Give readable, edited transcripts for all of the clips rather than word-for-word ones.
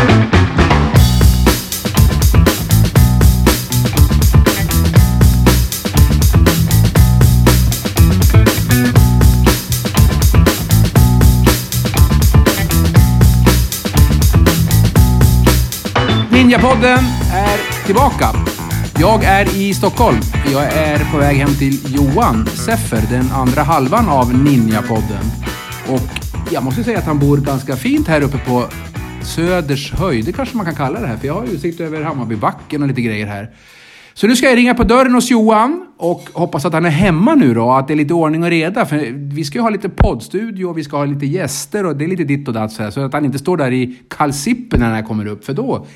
Ninjapodden är tillbaka. Jag är i Stockholm. Jag är på väg hem till Johan Seffer, den andra halvan av Ninjapodden. Och jag måste säga att han bor ganska fint här uppe på Söders höjd. Det kanske man kan kalla det här, för jag har utsikt över Hammarbybacken och lite grejer här. Så nu ska jag ringa på dörren hos Johan och hoppas att han är hemma nu då. Att det är lite ordning och reda. För vi ska ju ha lite poddstudio och vi ska ha lite gäster och det är lite ditt och datt så här. Så att han inte står där i kalsippen när han kommer upp. För då...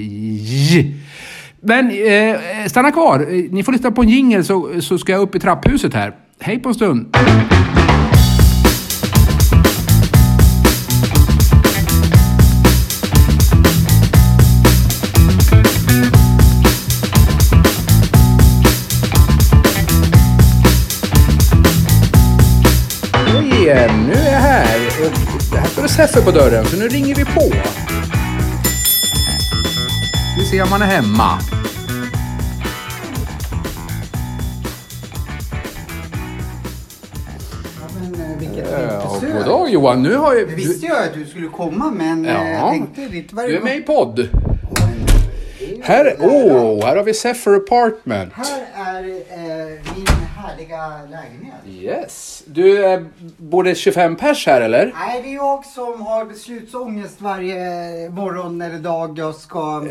Men stanna kvar. Ni får lyssna på en jingle så ska jag upp i trapphuset här. Hej på en stund. Nu är jag här och här står det Seffer på dörren, så nu ringer vi på. Vi ser om man är hemma. God dag Johan, nu har jag... Det visste jag att du skulle komma, men jag tänkte lite varje du är med i podd. Här har vi Seffer Apartment. Här är min härliga lägenhet. Yes. Du bor det 25 pers här eller? Nej, det är jag som har beslutsångest varje morgon eller dag jag ska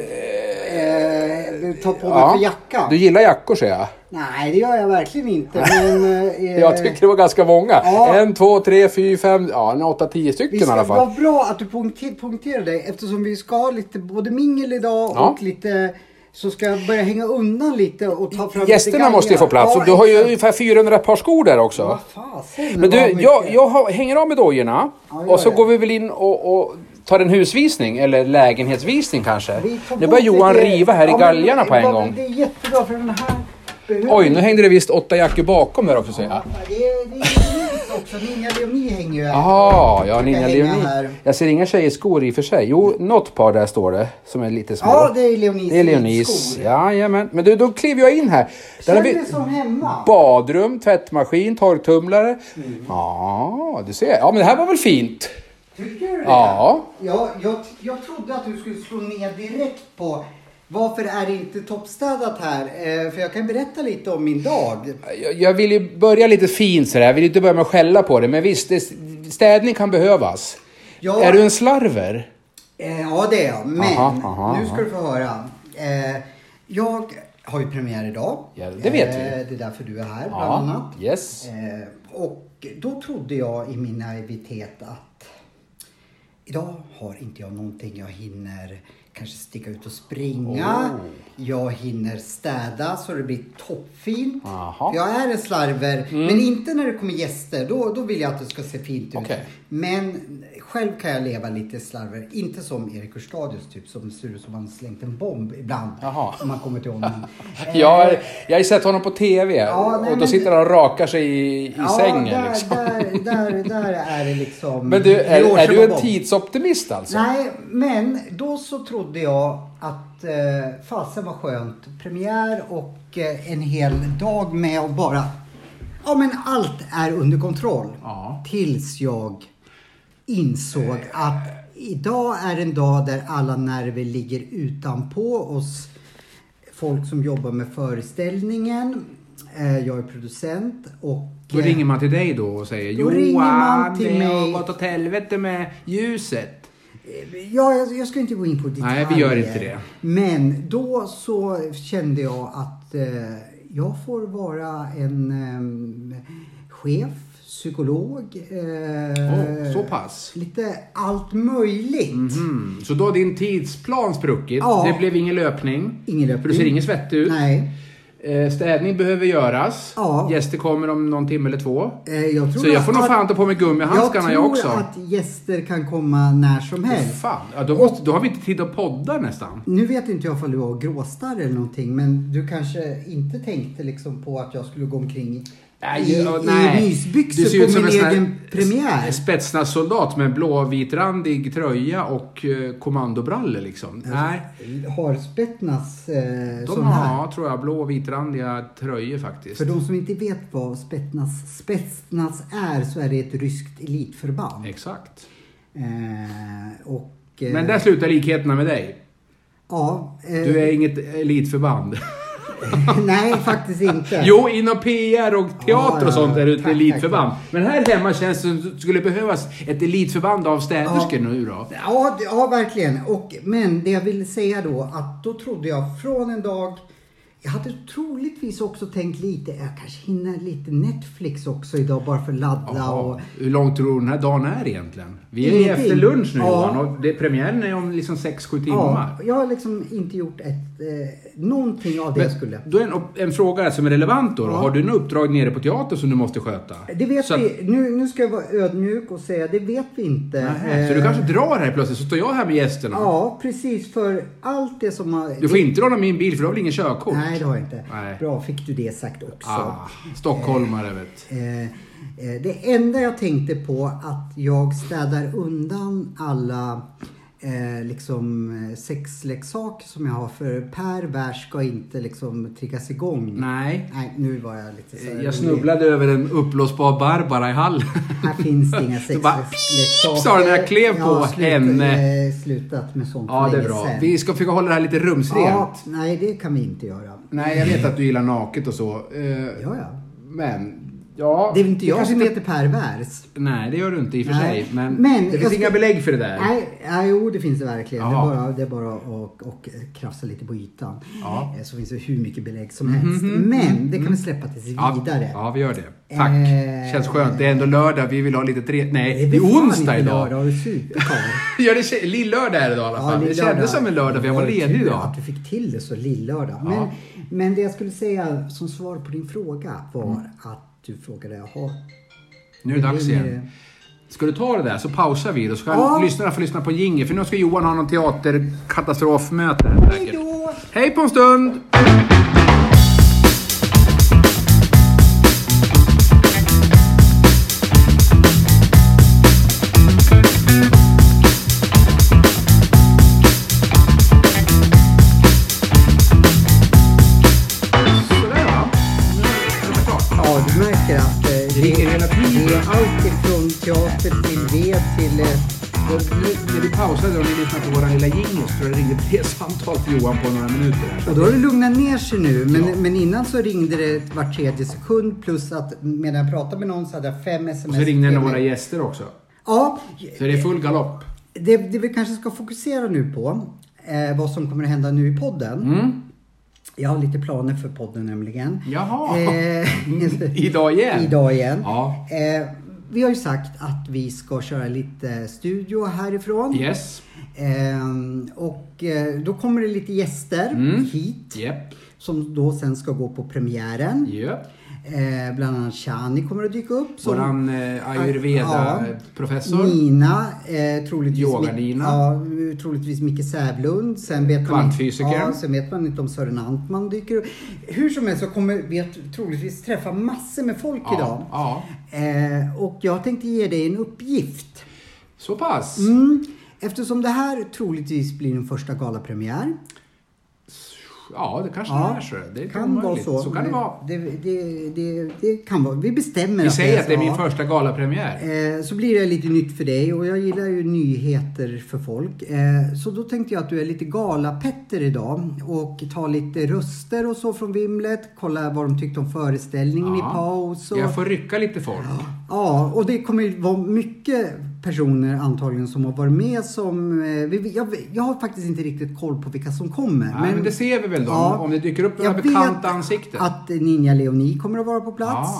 ta på mig för jacka. Du gillar jackor, säger jag. Nej, det gör jag verkligen inte. Men, jag tycker det var ganska många. 1, 2, 3, 4, 5, 8-10 stycken i alla fall. Det var bra att du poängterade det, eftersom vi ska ha lite både mingel idag och lite... Så ska jag börja hänga undan lite och ta fram gästerna måste ju få plats. Och du har ju ungefär 400 par skor där också. Men du, jag hänger av med dojorna. Och så går vi väl in och tar en husvisning. Eller lägenhetsvisning kanske. Nu börjar Johan riva här i galgarna på en gång. Det är jättebra för den här... Oj, nu hängde det visst 8 jackor bakom där också, säger jag. Det är också. Ninja Leonie hänger ju här. Ja, Ninja Leonie. Jag ser inga tjejskor i och för sig. Jo, något par där står det som är lite små. Ja, det är Leonies. Det är Leonies. Jajamän. Men du, då kliver jag in här. Där har vi som hemma. Badrum, tvättmaskin, torktumlare. Ja, du ser. Ja, men det här var väl fint. Tycker du det? Ja. Jag trodde att du skulle slå ner direkt på... Varför är det inte toppstädat här? För jag kan berätta lite om min dag. Jag vill ju börja lite fint så här. Jag vill inte börja med att skälla på det. Men visst, städning kan behövas. Ja. Är du en slarver? Ja, det är jag. Men nu ska du få höra. Jag har ju premiär idag. Ja, det vet vi. Det är därför du är här, bland annat. Yes. Och då trodde jag i min naivitet att idag har inte jag någonting jag hinner... Kanske sticka ut och springa. Jag hinner städa så det blir toppfint. Jag är en slarver. Men inte när det kommer gäster. Då vill jag att det ska se fint ut. Men själv kan jag leva lite slarver. Inte som Erik Hurstadius typ. Som ser ut som han slängt en bomb ibland. Om man kommer till honom. Jag har ju sett honom på tv. Och då sitter han och rakar sig i sängen. Där är det liksom... Men du, är du en tidsoptimist alltså? Nej, men då så trodde jag att fasen var skönt. Premiär och en hel dag med att bara... Ja, men allt är under kontroll. Tills jag insåg att idag är en dag där alla nerver ligger utanpå oss. Folk som jobbar med föreställningen. Jag är producent och... Då ringer man till dig då och säger Johan, det har gått åt helvete med ljuset. Ja, jag ska inte gå in på detaljer. Nej, vi gör inte det. Men då så kände jag att jag får vara en chef, psykolog. Så pass. Lite allt möjligt. Så då har din tidsplan spruckit. Det blev ingen löpning. För du ser ingen svett ut. Nej. Städning behöver göras. Gäster kommer om någon timme eller 2. Så jag får nog fan ta på mig gummihandskarna jag också. Jag tror att gäster kan komma när som helst. Då har vi inte tid att podda nästan. Nu vet inte jag om du har gråstarr eller någonting. Men du kanske inte tänkte liksom på att jag skulle gå omkring i mysbyxor på min egen premiär. Spetsnazsoldat med blåvitrandig tröja och kommandobrallor liksom. Nej. Har Spetsnaz sån här? Ja, tror jag. Blåvitrandiga tröjor faktiskt. För de som inte vet vad Spetsnaz är, så är det ett ryskt elitförband. Exakt. Men där slutar likheterna med dig. Ja. Du är inget elitförband. Nej, faktiskt inte. Jo, inom PR och teater och sånt är det ett elitförband. Men här hemma känns det som det skulle behövas ett elitförband av städerskor nu då. Ja, verkligen. Men det jag ville säga då, att då trodde jag från en dag... Jag hade troligtvis också tänkt lite, jag kanske hinner lite Netflix också idag bara för att ladda. Och... Hur långt tror du den här dagen är egentligen? Vi är efter lunch nu Johan, och premiären är om liksom 6-7 timmar. Ja, jag har liksom inte gjort någonting av det jag skulle. Då är en fråga som är relevant då. Har du en uppdrag nere på teater som du måste sköta? Det vet vi. Nu ska jag vara ödmjuk och säga, det vet vi inte. Så du kanske drar här plötsligt, så står jag här med gästerna. Ja, precis. För allt det som har... Du får inte låna min bil för du har väl ingen körkort? Nej, det har jag inte. Nej. Bra, fick du det sagt också. Stockholmare vet. Det enda jag tänkte på, att jag städar undan alla sexleksaker som jag har, för per vers ska inte liksom triggas igång. Nej, nu var jag lite så här. Jag snubblade över en uppblåsbar Barbara i hallen. Här finns det inga sexleksaker. Sa den här klev på henne. Slutat med sånt. Ja, det är bra. Vi ska försöka hålla det här lite rumsrent. Nej, det kan vi inte göra. Nej, jag vet att du gillar naket och så. Ja. Men... Ja, det är inte jag som heter pervers. Nej, det gör du inte i och för sig. Men det finns inga belägg för det där. Nej, jo, det finns det verkligen. Det är bara att krafsa lite på ytan. Ja. Så finns det hur mycket belägg som helst. Men det kan vi släppa tills vidare. Ja, vi gör det. Tack. Känns skönt. Det är ändå lördag. Vi vill ha lite Nej, det är onsdag idag. Lördag och superkar. Ja, det är lillördag här idag i alla fall. Det kändes som en lördag för jag var ledig idag. Att du fick till det så lillördag. Men det jag skulle säga som svar på din fråga var att du frågade, nu är det dags igen. Ska du ta det där så pausar vi. Då ska lyssnarna få lyssna på jingle. För nu ska Johan ha någon teaterkatastrofmöte. Hej då! Hej på en stund! Du märker att det är allt ifrån teater till ved till... När vi pausade och ni lyssnade på våra lilla jingles, tror jag det ringde 3 samtal till Johan på några minuter. Och då har det lugnat ner sig nu. Men innan så ringde det var 3:e sekund, plus att medan jag pratade med någon så hade jag 5 sms. Och så ringde en av våra gäster också. Ja. Så det är full galopp. Det vi kanske ska fokusera nu på, vad som kommer att hända nu i podden. Jag har lite planer för podden nämligen. Jaha. Idag igen. Ja. Vi har ju sagt att vi ska köra lite studio härifrån. Yes. Och då kommer det lite gäster hit. Yep. Som då sen ska gå på premiären. Yep. Bland annat Shani kommer att dyka upp. Våran Ayurveda-professor. Nina. Troligtvis Yoga-Nina. Troligtvis Micke Sävlund. Kvantfysiker. Sen vet man inte om Sören Antman dyker upp. Hur som helst så kommer vi troligtvis träffa massor med folk idag. Ja. Och jag tänkte ge dig en uppgift. Så pass? Eftersom det här troligtvis blir din första galapremiär. Ja, det kanske är så. Det kan vara så. Så kan det vara. Det kan vara. Vi bestämmer. Vi säger att det är min första galapremiär. Så blir det lite nytt för dig. Och jag gillar ju nyheter för folk. Så då tänkte jag att du är lite galapetter idag. Och ta lite röster och så från Vimlet. Kolla vad de tyckte om föreställningen i paus. Jag får rycka lite folk. Ja, och det kommer ju vara mycket personer antagligen som har varit med som... Jag har faktiskt inte riktigt koll på vilka som kommer. Men det ser vi väl då. Om det dyker upp några bekanta ansikten. Att Ninja Leonie kommer att vara på plats.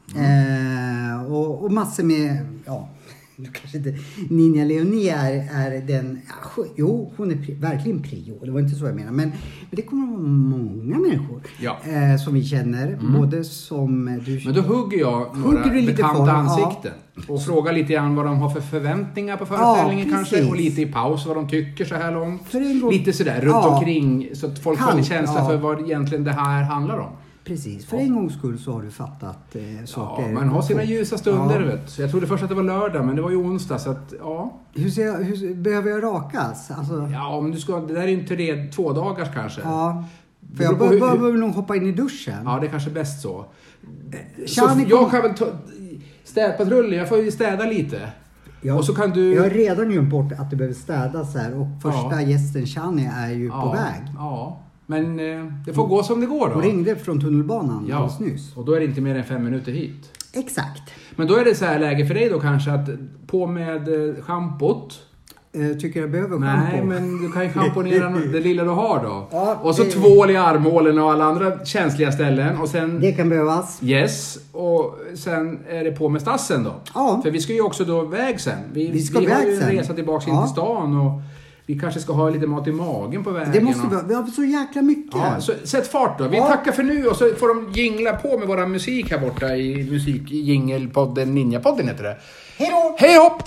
Och massor med... kanske inte Ninja Leonie är den... Jo, hon är verkligen prio. Det var inte så jag menar. Men det kommer att vara många människor som vi känner. Både som du... Men då hugger jag några bekanta ansikten. Och frågar lite grann vad de har för förväntningar på föreställningen kanske. Och lite i paus vad de tycker så här långt. Lite sådär runt omkring. Så att folk får en känsla för vad egentligen det här handlar om. Precis, för en gångs skull så har du fattat saker. Ja, man har sina ljusa stunder, vet. Så jag trodde först att det var lördag, men det var ju onsdag, så att, ja. Hur behöver jag rakas? Alltså... Ja, om du ska, det där är inte 2 dagars kanske. Ja, för jag behöver nog hoppa in i duschen. Ja, det är kanske bäst så. Jag kan väl städpatrullen, jag får ju städa lite. Ja, och så kan du... Jag har redan glömt bort att det behöver städas här. Och första gästen, Shani, är ju på väg. Ja, men det får gå som det går då. Och ringde från tunnelbanan alldeles nyss. Och då är det inte mer än 5 minuter hit. Exakt. Men då är det så här läge för dig då kanske att på med schampot. Tycker jag behöver schampo? Nej, men du kan ju schamponera det lilla du har då. Ja, och så tvål i armhålen och alla andra känsliga ställen. Och sen, det kan behövas. Yes. Och sen är det på med stassen då. Ja. För vi ska ju också då väg sen. Vi ska har väg ju en sen. resa tillbaka in till stan. Och vi kanske ska ha lite mat i magen på vägen. Det måste vi har så jäkla mycket. Ja, så sätt fart då. Vi tackar för nu och så får de jingla på med våra musik här borta i musikjingelpodden, Ninjapodden heter det. Hej då! Hej hopp!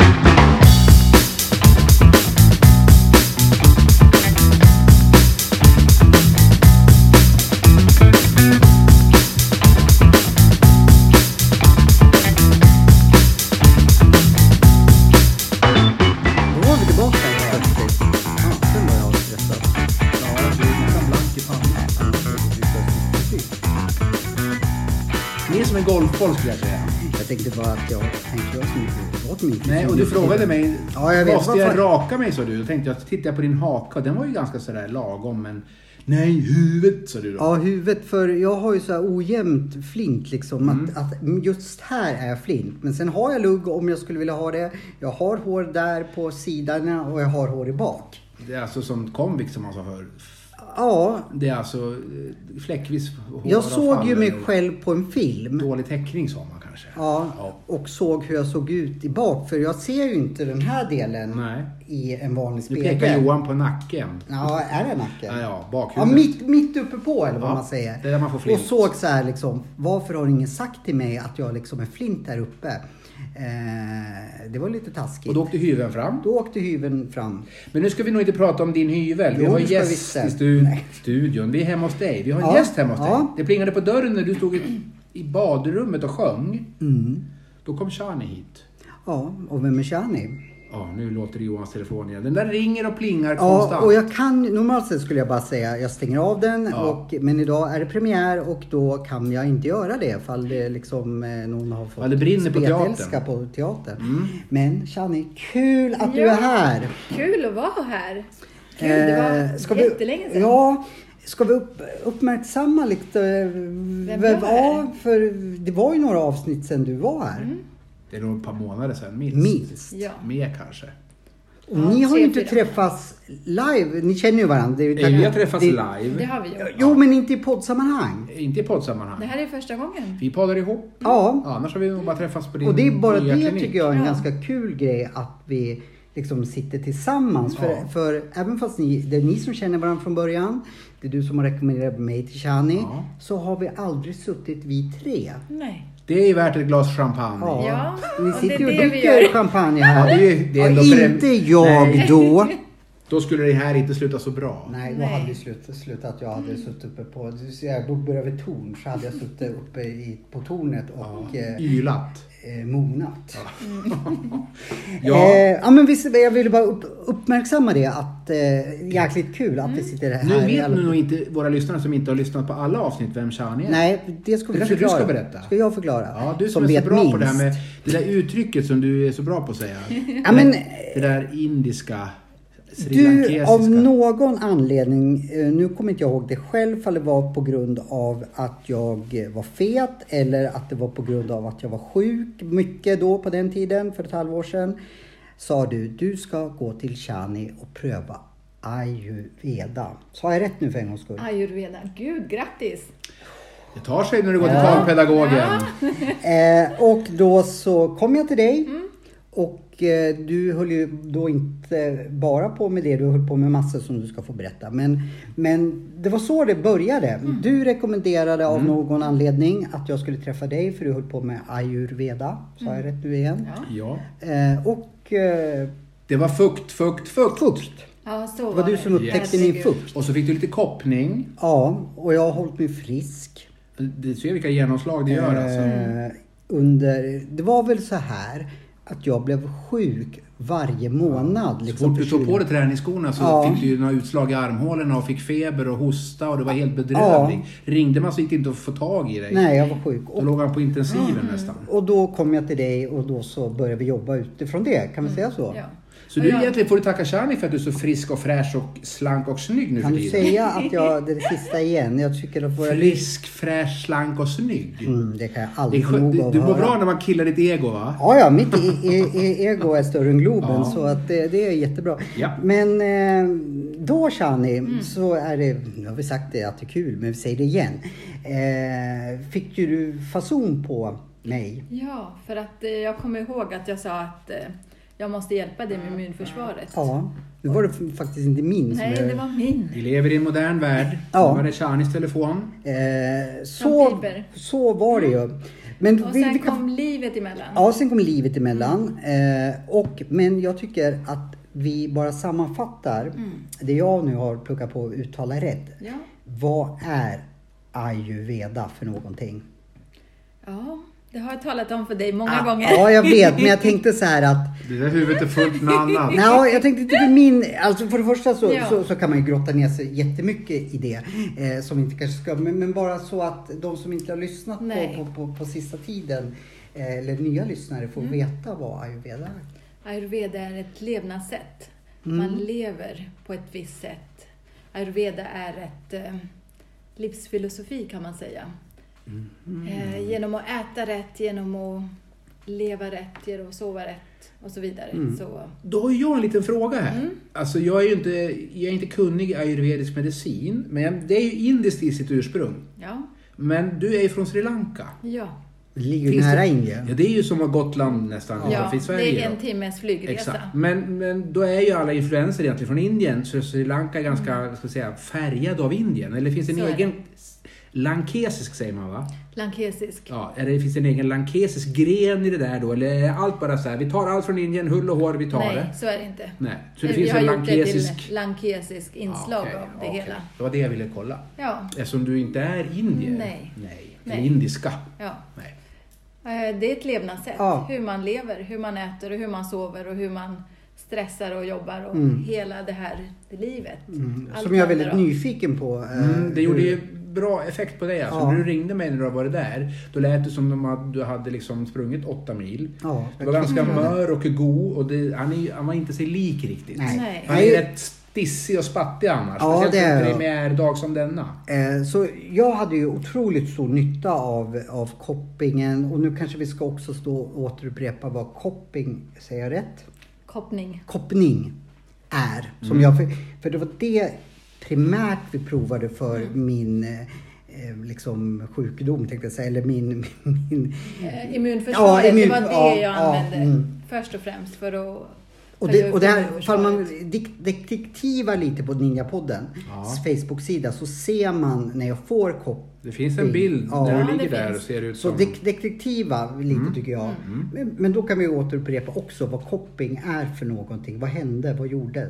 Som en golfboll skulle jag säga. Jag tänkte bara att jag tänkte göra så mycket åt min. Nej, och du frågade mig, jag vet, måste jag raka mig, så du? Då tänkte jag, tittade på din haka, den var ju ganska sådär lagom, men nej, huvudet, sa du då. Ja, huvudet, för jag har ju så här ojämnt flint liksom, att just här är jag flint. Men sen har jag lugg om jag skulle vilja ha det. Jag har hår där på sidorna och jag har hår i bak. Det är alltså som konvikt som man sa förr. Ja. Det är alltså fläckvis hår. Jag såg ju mig själv på en film. Dålig täckning sa man kanske. Ja, och såg hur jag såg ut i bak. För jag ser ju inte den här delen i en vanlig spegel. Du pekar Johan på nacken. Ja, är det nacken? Ja, bakhuvudet. Ja, mitt uppe på, eller vad man säger. Det är där man får flint. Och såg så här liksom, varför har ingen sagt till mig att jag liksom är flint där uppe? Det var lite taskigt. Och då åkte hyveln fram? Då åkte hyveln fram. Men nu ska vi nog inte prata om din hyvel. Vi har gäst i studion. Vi är hemma hos dig. Vi har en gäst hemma hos dig. Det plingade på dörren när du stod i badrummet och sjöng. Då kom Shani hit. Ja, och vem är Shani? Ja, nu låter det Johans telefon igen. Den där ringer och plingar konstant. Ja, och jag kan, normalt sett skulle jag bara säga, jag stänger av den. Men idag är det premiär och då kan jag inte göra det. Ifall det liksom någon har fått det brinner på teatern. Men Shani, kul att du är här. Kul att vara här. Kul, det var jättelänge sedan. Ja, ska vi uppmärksamma lite? För det var ju några avsnitt sedan du var här. Det är nog ett par månader sedan, minst. Ja. Mer kanske. Och ni har ju inte träffats live. Ni känner ju varandra. Vi har träffats live. Det har vi gjort. Jo, men inte i poddsammanhang. Inte i poddsammanhang. Det här är första gången. Vi poddar ihop. Ja. Annars har vi nog bara träffats på din och det är bara det klinik. Tycker jag är en ganska kul grej att vi liksom sitter tillsammans. För även fast det är ni som känner varandra från början. Det är du som har rekommenderat mig till Shani. Så har vi aldrig suttit vi 3. Nej. Det är värt ett glas champagne. Ja, ni sitter ju och det dricker champagne här. Det är inte jag då. Då skulle det här inte sluta så bra. Nej, då hade det slutat. Jag hade suttit uppe på... Då började vi torn. Så hade jag suttit uppe på tornet och... ylat. Monat. Ja. Men visst, jag ville bara uppmärksamma det. Att jäkligt kul att vi sitter här. Nu vet nog inte våra lyssnare som inte har lyssnat på alla avsnitt vem Shani är. Nej, det ska vi kanske förklara. Du ska berätta. Ska jag förklara? Ja, du som är så bra på det här med det där uttrycket som du är så bra på att säga. Det där indiska, du, av någon anledning, nu kommer inte jag ihåg det själv, för det var på grund av att jag var fet eller att det var på grund av att jag var sjuk mycket då på den tiden, för ett halvår sedan, sa du ska gå till Shani och pröva Ayurveda. Så har jag rätt nu för en gångs skull? Ayurveda, gud, grattis! Det tar sig när du går till talpedagogen. Och då så kom jag till dig och du höll ju då inte bara på med det, du höll på med massor som du ska få berätta. Men det var så det började. Du rekommenderade av någon anledning att jag skulle träffa dig för du höll på med Ayurveda. Så jag rätt nu igen? Ja. Och... det var fukt. Ja, så Det var du som upptäckte min fukt. Och så fick du lite koppning. Ja, och jag har hållit mig frisk. Du ser vilka genomslag det gör alltså. Det var väl så här att jag blev sjuk varje månad. Så Liksom fort du tog på dig träningsskorna så fick du ju några utslag i armhålorna och fick feber och hosta och det var helt bedrövlig. Ringde man så gick det inte att få tag i dig. Nej, jag var sjuk. Då låg han på intensiven nästan. Och då kom jag till dig och då så började vi jobba utifrån det. Kan man säga så? Ja. Så du egentligen får du tacka Shani för att du är så frisk och fräsch och slank och snygg nu för Kan du tiden. säga att jag, det sista igen, jag tycker att våra... Frisk, fräsch, slank och snygg. Det kan jag Det är aldrig få nog av du mår höra. bra när man killar ditt ego, va? Ja, mitt ego är större än Globen, Ja. så att det är jättebra. Ja. Men då, Shani, så är det, nu har vi sagt det att det är kul, men vi säger det igen. Fick ju du fason på mig? Ja, för att jag kommer ihåg att jag sa att jag måste hjälpa dig med immunförsvaret. Ja, nu var det faktiskt inte min. Nej, det var min. Vi lever i en modern värld. Ja. Nu var det Shanis telefon. Så var det ju. Men Och sen kom livet emellan. Ja, sen kom livet emellan. Men jag tycker att vi bara sammanfattar det jag nu har plockat på att uttala rätt. Ja. Vad är ayurveda för någonting? Ja, det har jag talat om för dig många gånger. Ja, jag vet, men jag tänkte så här att... Det där huvudet är fullt med annat. Nej, jag tänkte inte min... Alltså för det första Ja. så kan man ju grotta ner sig jättemycket i det. Som inte kanske ska... Men bara så att de som inte har lyssnat på sista tiden, eller nya lyssnare, får veta vad ayurveda är. Ayurveda är ett levnadssätt. Man lever på ett visst sätt. Ayurveda är ett livsfilosofi, kan man säga. Genom att äta rätt, genom att leva rätt, genom att sova rätt och så vidare. Så... Då har jag en liten fråga här. Alltså jag är inte kunnig i ayurvedisk medicin, men det är ju indiskt i sitt ursprung. Ja. Men du är ju från Sri Lanka. Ja. Det ligger ju nära Indien. Ja, det är ju som Gotland nästan Ja, i Sverige. det är en timmes flygresa. Exakt. Men då är ju alla influenser egentligen från Indien, så Sri Lanka är ganska ska säga, färgad av Indien. Eller finns det en egen lankesisk, säger man, va? Lankesisk. Ja, finns det en egen lankesisk gren i det där då? Eller är allt bara så här, vi tar allt från Indien, hull och hår, vi tar det? Nej, så är det inte. Nej, så det finns en gjort lankesisk... det till lankesisk inslag av det hela. Det var det jag ville kolla. Ja. Eftersom du inte är indier. Nej. Eller indiska. Ja. Nej. Det är ett levnadssätt. Ja. Hur man lever, hur man äter och hur man sover och hur man stressar och jobbar och hela det här livet. Allt Som jag är väldigt handlar om. nyfiken på. Det gjorde ju bra effekt på dig. Alltså. Ja. När du ringde mig när du var där, då lät det som att du hade liksom sprungit 8 mil. Ja, Du var ganska mör och god och han var inte sig lik riktigt. Nej. Han är rätt stissig och spattig annars. Ja, speciellt det är en jag. premiärdag som denna. Så jag hade ju otroligt stor nytta av koppingen. Och nu kanske vi ska också stå och återupprepa vad kopping, säger jag rätt? Koppning är. Som för det var det primärt vi provade för min liksom sjukdom, tänkte jag säga. Eller min immunförsvaret, det var det jag ja, använde först och främst för att... Och det här, fall man detektivar lite på Ninjapodden Facebook-sida, så ser man när jag får koppling. Det finns en bild när du ligger där finns. och ser ut Så som... detektiva lite tycker jag. Men då kan vi återupprepa också vad kopping är för någonting. Vad hände? Vad gjordes?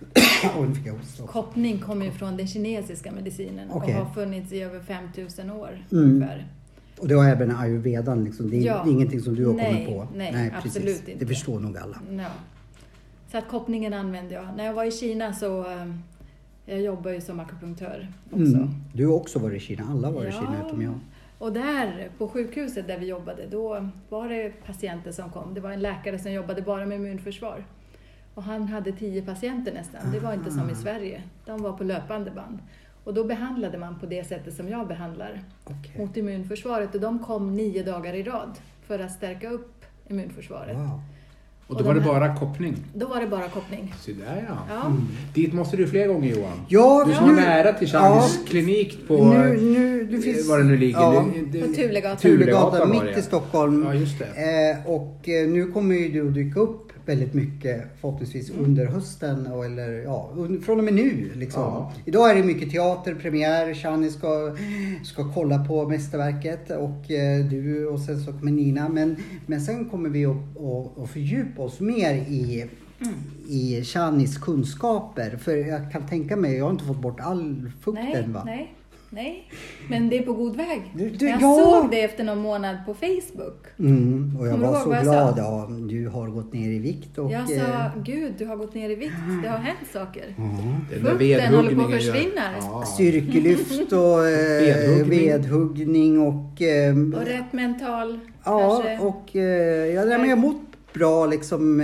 Nu fick jag hosta. Koppning kommer ju från den kinesiska medicinen och har funnits i över 5000 år ungefär. Och det har även ayurvedan liksom. Det är ingenting som du har kommit på. Nej, absolut inte. Det förstår nog alla. Ja. Så att koppningen använde jag. När jag var i Kina så jag jobbar ju som akupunktör också. Du har också varit i Kina. Alla var i Kina utom jag. Och där på sjukhuset där vi jobbade, då var det patienter som kom. Det var en läkare som jobbade bara med immunförsvar. Och han hade 10 patienter nästan. Det var inte som i Sverige. De var på löpande band. Och då behandlade man på det sättet som jag behandlar. Mot immunförsvaret. Och de kom 9 dagar i rad för att stärka upp immunförsvaret. Wow. Och då var det bara koppning. Då var det bara koppning. Så där Ja. Dit måste du fler gånger, Johan. Ja, du som är nära till Shanis klinik på... Du finns, var det nu ligger. Ja. På Tulegatan. Tulegatan mitt i Stockholm. Ja, just det. Och nu kommer ju du att dyka upp väldigt mycket förhoppningsvis under hösten eller från och med nu liksom. Ja. Idag är det mycket teater, premiär, Shani ska kolla på mästerverket och du och sen så kommer Nina, men sen kommer vi att fördjupa oss mer i Shanis kunskaper. För jag kan tänka mig, jag har inte fått bort all fukten va? Nej, men det är på god väg. Jag ja. såg det efter någon månad på Facebook. Och jag var så glad. Ja, du har gått ner i vikt. Och, jag sa, gud du har gått ner i vikt. Det har hänt saker. Fukten håller på att försvinna. Ja. Styrkelyft och vedhuggning och rätt mental. Ja, kanske. och jag har mått bra liksom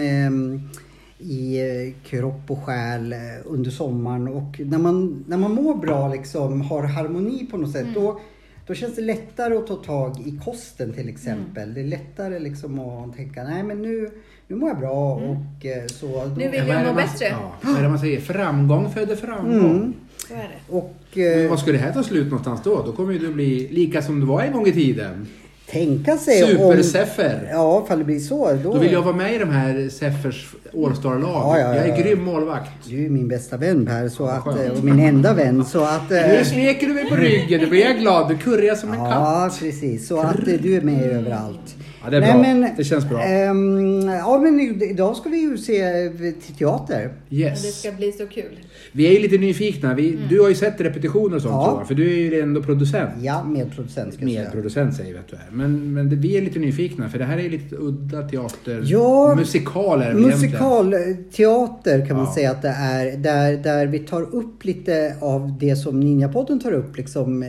i kropp och själ under sommaren. Och när man mår bra liksom, har harmoni på något sätt, då känns det lättare att ta tag i kosten till exempel. Det är lättare liksom att tänka, nej men nu mår jag bra och så. Då, nu vill jag må bättre. Ja, vad är det man säger? Framgång föder framgång. Så är det. Och, vad skulle det här ta slut någonstans då? Då kommer ju det bli lika som det var en gång i tiden. Tänka sig Super-Seffer. Ja, ifall det blir så. Då vill jag vara med i de här Seffers All-Star-lag. Jag är grym målvakt. Du är min bästa vän här, så att, och min enda vän. Så att, nu smeker du mig på ryggen, då blir jag glad. Du kurrar som en katt. Ja, precis. Så att du är med överallt. Ja, det är bra. Men, det känns bra. Ja, men idag ska vi ju se till teater. Yes. Det ska bli så kul. Vi är ju lite nyfikna. Du har ju sett repetitioner och sånt, ja. För du är ju ändå producent. Ja, medproducent ska jag säga. Medproducent säger vi att du är. Men vi är lite nyfikna, för det här är ju lite udda teater. Ja, musikaler. Musikalteater kan man säga att det är. Där vi tar upp lite av det som Ninjapodden tar upp. Liksom,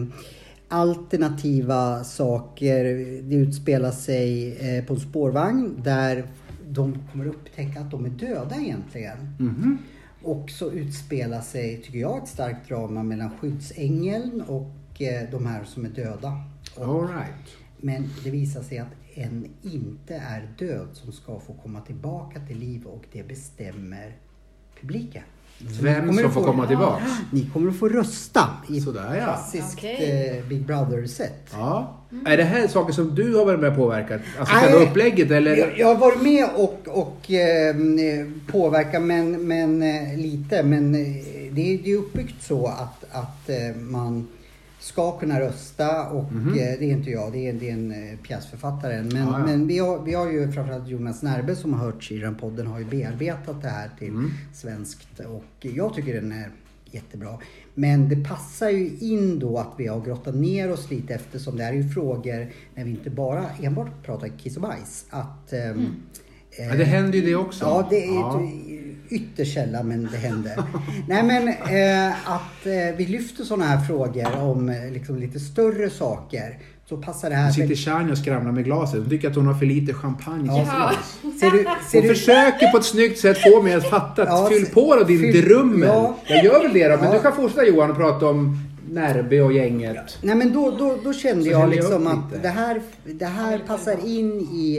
alternativa saker. Det utspelar sig på en spårvagn där de kommer upptäcka att de är döda egentligen. Mm-hmm. Och så utspelar sig, tycker jag, ett starkt drama mellan skyddsängeln och de här som är döda. All right. Men det visar sig att en inte är död som ska få komma tillbaka till liv, och det bestämmer publiken. Vem som får komma tillbaka? Ni kommer att få rösta i klassiskt Big Brother-sätt. Ja. Är det här saker som du har varit med och påverkat? Alltså själva upplägget? Eller? Jag har varit med och påverkat men lite. Men det är uppbyggt så att man ska kunna rösta, och det är inte jag, det är en pjäsförfattare. Men vi har ju framförallt Jonas Närbe som har hörts i den podden, har ju bearbetat det här till svenskt, och jag tycker den är jättebra. Men det passar ju in då att vi har grottat ner oss lite, eftersom det här är ju frågor när vi inte bara enbart pratar kiss och bajs. Att, ja, det händer ju det också. Ja, det är ytterst sällan, men det händer. Nej, men att vi lyfter sådana här frågor om liksom lite större saker, så passar det här. Nu sitter Shani och skramlar med glaset. Hon tycker att hon har för lite champagne. Ja. Hon försöker på ett snyggt sätt få mig att fatta att fyll på då din drummel. Ja. Jag gör väl det då, men du kan fortsätta Johan och prata om Närbe och gänget. Nej, men då kände jag liksom att det här passar in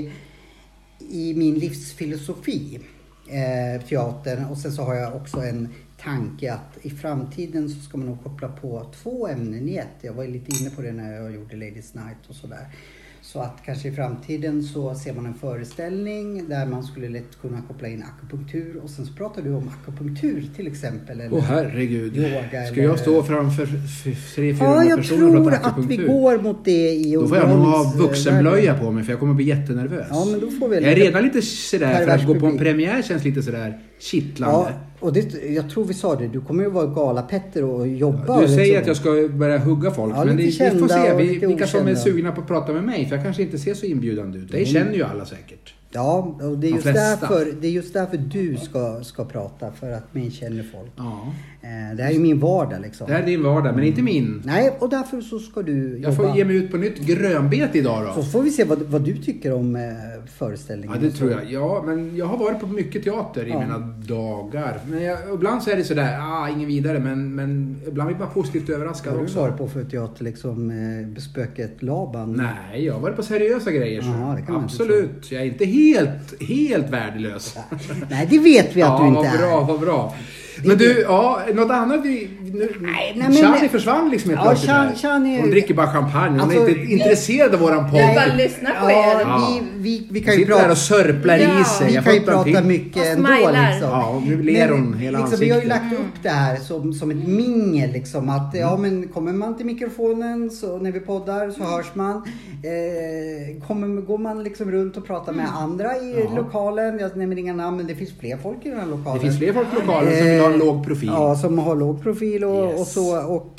i min livsfilosofi, teatern. Och sen så har jag också en tanke att i framtiden så ska man nog koppla på 2 ämnen i ett. Jag var lite inne på det när jag gjorde Ladies Night och sådär. Så att kanske i framtiden så ser man en föreställning där man skulle lätt kunna koppla in akupunktur, och sen så pratar du om akupunktur till exempel. Eller herregud. Yoga, ska jag stå framför 300-400 personer och prata akupunktur? Ja, jag tror att vi går mot det i då får jag nog ha vuxenblöja på mig, för jag kommer bli jättenervös. Ja, men då får vi jag är redan lite sådär, för att gå på en premiär känns lite sådär kittlande. Ja, och jag tror vi sa det, du kommer ju vara gala-Petter och jobba. Du säger att jag ska börja hugga folk, men vi får se vilka som är sugna på att prata med mig, för jag kanske inte ser så inbjudande ut. Det känner ju alla säkert. Ja, och det är just därför du ska prata, för att man känner folk. Ja. Det här är ju min vardag liksom. Det här är din vardag, men inte min. Nej, och därför så ska du jobba. Jag får ge mig ut på nytt grönbete idag då. Så får vi se vad du tycker om föreställningen. Ja, det tror jag. Ja, men jag har varit på mycket teater i mina dagar. Men ibland så är det sådär, ingen vidare, men ibland blir man positivt överraskad också. Har du varit på för teater liksom Spöket Laban? Nej, jag har varit på seriösa grejer. Aha, det kan man absolut. Jag är inte helt värdelös. Nej, det vet vi att du inte är. Vad bra. Men du, något annat Shani försvann liksom helt plötsligt. Shani, hon dricker bara champagne. Hon är inte intresserad av våran podd. Jag bara lyssnar på er. Vi kan ju prata och sörplar i sig. Vi kan ju prata mycket ändå liksom. Ja, nu ler hon hela liksom, ansiktet. Vi har ju lagt upp det här som ett mingel liksom, att men kommer man till mikrofonen så när vi poddar så hörs man. Går man liksom runt och pratar med andra i lokalen. Jag nämner inga namn, men det finns fler folk i den här lokalen. Det finns fler folk i lokalen som vill ha en låg profil. Ja, som har låg profil och så. Och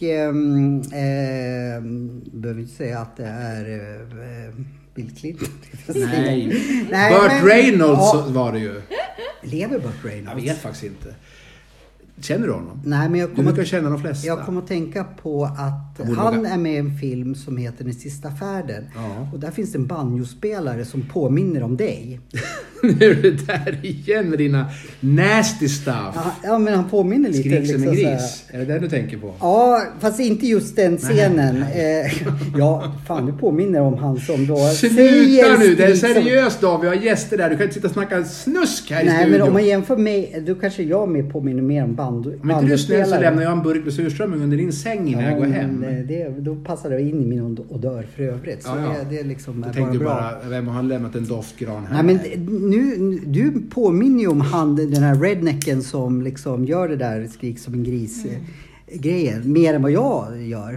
behöver inte säga att det är Bill Clinton. Nej. Burt Reynolds var det ju. Lever Burt Reynolds? Jag vet faktiskt inte. Känner du honom? Nej, men du brukar känna de flesta. Jag kommer att tänka på att han är med i en film som heter Den sista färden. Ja. Och där finns det en banjospelare som påminner om dig. Nu är det där igen med dina nasty stuff. Ja, men han påminner lite. Skrik som liksom, en gris. Är det det du tänker på? Ja, fast inte just den scenen. Du påminner om han som då... Sluta nu, det är seriöst då. Vi har gäster där. Du kan inte sitta och snacka snusk här i studion. Nej, men om man jämför mig, då kanske jag med påminner mer om om inte du snäll så lämnar jag en burk med surströmming under din säng innan jag går hem. Då passar det in i min odör för övrigt. Så det är liksom då tänkte du bara, vem har lämnat en doftgran här? Nej, men du påminner ju om den här rednecken som liksom gör det där skrik som en gris grejen mer än vad jag gör.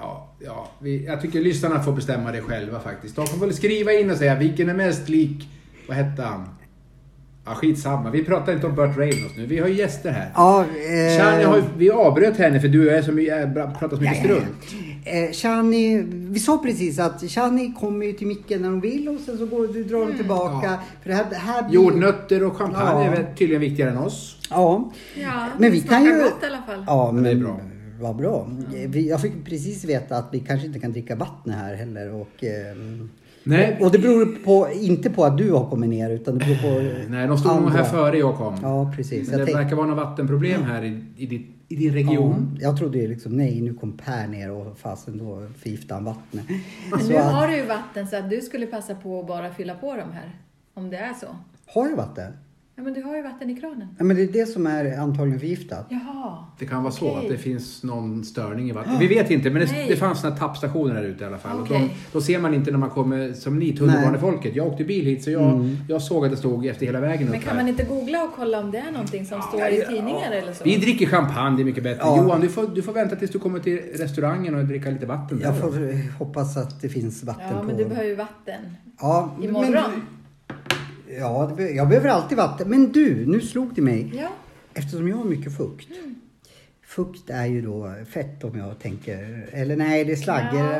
Jag tycker lyssnarna får bestämma det själva faktiskt. De får väl skriva in och säga vilken är mest lik, vad hette han? Ja, skitsamma. Vi pratar inte om Burt Reynolds nu. Vi har ju gäster här. Shani, vi avbröt henne för du är som pratar så mycket strunt. Shani, vi sa precis att Shani kommer ju till micken när hon vill och sen så drar hon tillbaka. Ja. För det här blir... Jordnötter och champagne är tydligen viktigare än oss. Ja. Men vi kan ju... gott i alla fall. Ja, men det är bra. Vad bra. Jag fick precis veta att vi kanske inte kan dricka vatten här heller och... Nej. Och det beror inte på att du har kommit ner utan det beror på nej, de stod nog här före jag kom. Ja, precis. Men det verkar vara något vattenproblem här i din region. Ja, jag trodde ju liksom, nu kom Per ner och fasen då förgiftade han vattnet. Men nu har du ju vatten så att du skulle passa på att bara fylla på dem här. Om det är så. Har du vatten? Ja, men du har ju vatten i kranen. Ja, men det är det som är antagligen förgiftat. Jaha. Det kan vara så att det finns någon störning i vattnet. Vi vet inte, men det fanns såna tappstationer där ute i alla fall. Okay. Och då ser man inte när man kommer som ni tunnelbanefolket. Jag åkte bil hit så jag såg att det stod efter hela vägen. Men kan man inte googla och kolla om det är någonting som står i tidningar eller så? Vi dricker champagne, det är mycket bättre. Ja. Johan, du får vänta tills du kommer till restaurangen och dricka lite vatten. Jag får hoppas att det finns vatten på. Ja, men du behöver ju vatten. Ja, imorgon. Jag behöver alltid vatten. Men du, nu slog det mig. Ja. Eftersom jag har mycket fukt. Fukt är ju då fett om jag tänker. Eller nej, det är slagger.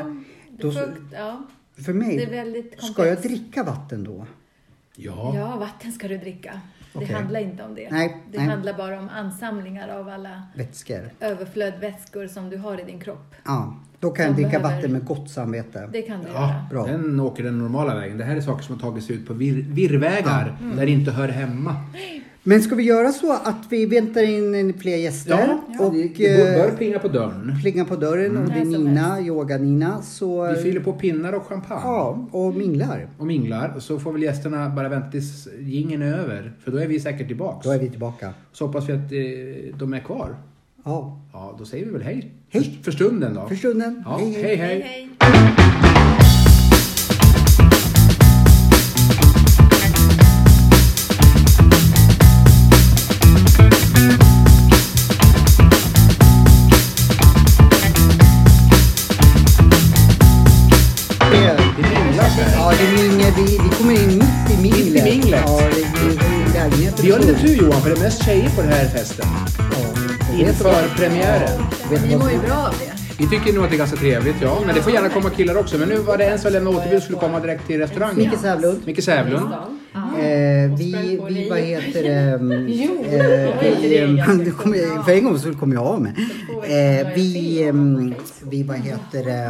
För mig, det är väldigt komplext. Ska jag dricka vatten då? Ja, vatten ska du dricka. Det handlar inte om det. Nej. Handlar bara om ansamlingar av alla vätskor. Överflödvätskor som du har i din kropp. Ja, då kan jag dricka vatten med gott samvete. Det kan du göra. Bra. Den åker den normala vägen. Det här är saker som har tagits ut på virrvägar där det inte hör hemma. Men ska vi göra så att vi väntar in fler gäster? Ja, och det bör plinga på dörren. Plinga på dörren och det är Nina, yoga-Nina. Så... Vi fyller på pinnar och champagne. Ja, och minglar. Och så får väl gästerna bara vänta tills gingen är över. För då är vi säkert tillbaka. Då är vi tillbaka. Så hoppas vi att de är kvar. Ja. Ja, då säger vi väl hej. Hej. För stunden då. För stunden. Ja, hej. Ja, vi kommer in mitt i minglet. Ja, vi har lite tur Johan, för det är mest tjejer på den här festen. Inför premiären. Vi mår ju bra av det. Vi tycker nog att det är ganska trevligt, men det får gärna komma killar också. Men nu var det en som lämnade återbud skulle komma direkt till restaurangen. Micke Sävlund. Vi vad heter för en gång så kommer jag av med. Vi vad heter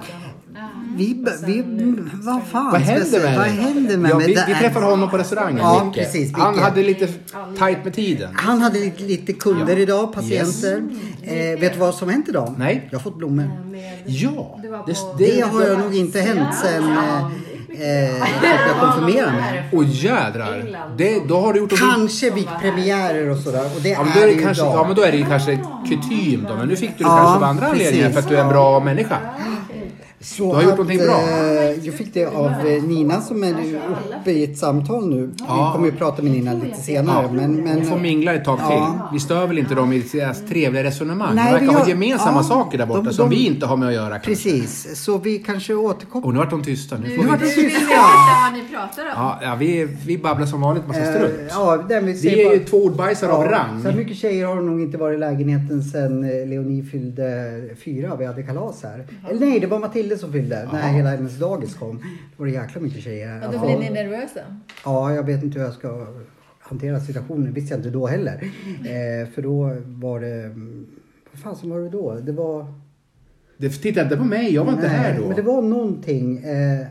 vad fan? Vad händer med mig? Vi träffade honom på restaurangen. Ja, precis. Han hade lite tajt med tiden. Han hade lite kunder idag, patienter. Yes. Vet du vad som hänt idag? Nej. Jag har fått blommor. Ja. Det har jag nog inte hänt sen Jag konfirmerar mig. Åh jädrar. Då har du gjort Kanske vid premiärer och sådär. Och det ja, men då är det kanske, ja, men då är det ju kanske kutym då. Men nu fick du kanske av andra anledningar för att du är en bra människa. Så du har gjort någonting bra. Jag fick det av Nina som är nu uppe i ett samtal nu. Vi kommer ju prata med Nina lite senare. Men vi får mingla ett tag till. Vi stör väl inte dem i deras trevliga resonemang. Nej, de verkar ha gemensamma saker där borta som vi inte har med att göra. Kanske. Precis, så vi kanske återkopplar. Och nu vart de tysta. Nu vill vi veta vad ni pratar om. Ja, vi babblar som vanligt massa strunt. Vi är ju två ordbajsar av rang. Så mycket tjejer har nog inte varit i lägenheten sen Leonie fyllde 4. Vi hade kalas här. Eller nej, det var Matilda som fyllde när hela hennes dagis kom. Det var det jäkla mycket tjejer. Och då blir ni nervösa? Ja, jag vet inte hur jag ska hantera situationen. Visste jag inte då heller. För då var det... Vad fan som var det då? Det var... Titta inte på mig, jag var inte här då. Men det var någonting...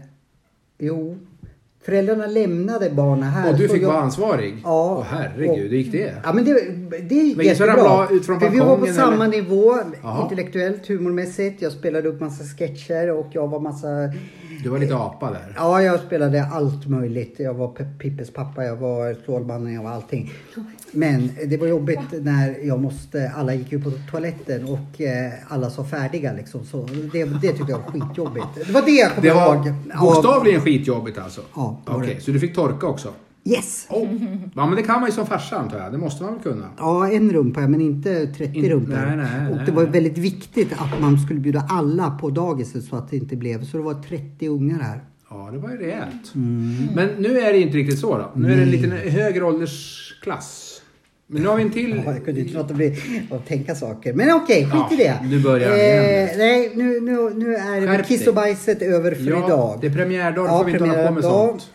Jo... Föräldrarna lämnade barnen här. Och du fick vara ansvarig? Ja. Herregud, det gick det? Ja, men det gick jättebra. Ut från för vi var på samma eller? nivå, intellektuellt, humormässigt. Jag spelade upp massa sketcher och jag var massa... Du var lite apa där. Ja, jag spelade allt möjligt. Jag var Pippes pappa, jag var Stålmannen, jag var allting. Men det var jobbigt när alla gick ju på toaletten och alla sa färdiga liksom. Så det tyckte jag var skitjobbigt. Det var det jag kom ihåg. Bokstavligen skitjobbigt alltså? Ja. Okej, så du fick torka också? Yes. Ja, men det kan man ju som farsa antar jag. Det måste man väl kunna? Ja, en rumpa men inte 30 rumpor. Nej. Och det var väldigt viktigt att man skulle bjuda alla på dagiset så att det inte blev. Så det var 30 ungar här. Ja, det var ju rejält. Men nu är det inte riktigt så då. Nu är det en lite högre åldersklass. Men nu har vi en till... Ja, jag kunde inte låta bli att tänka saker. Men okej, skit i det. Nu börjar igen. Nej, nu är kiss och bajset över för idag. Det är premiärdag, får vi inte hålla på med sånt.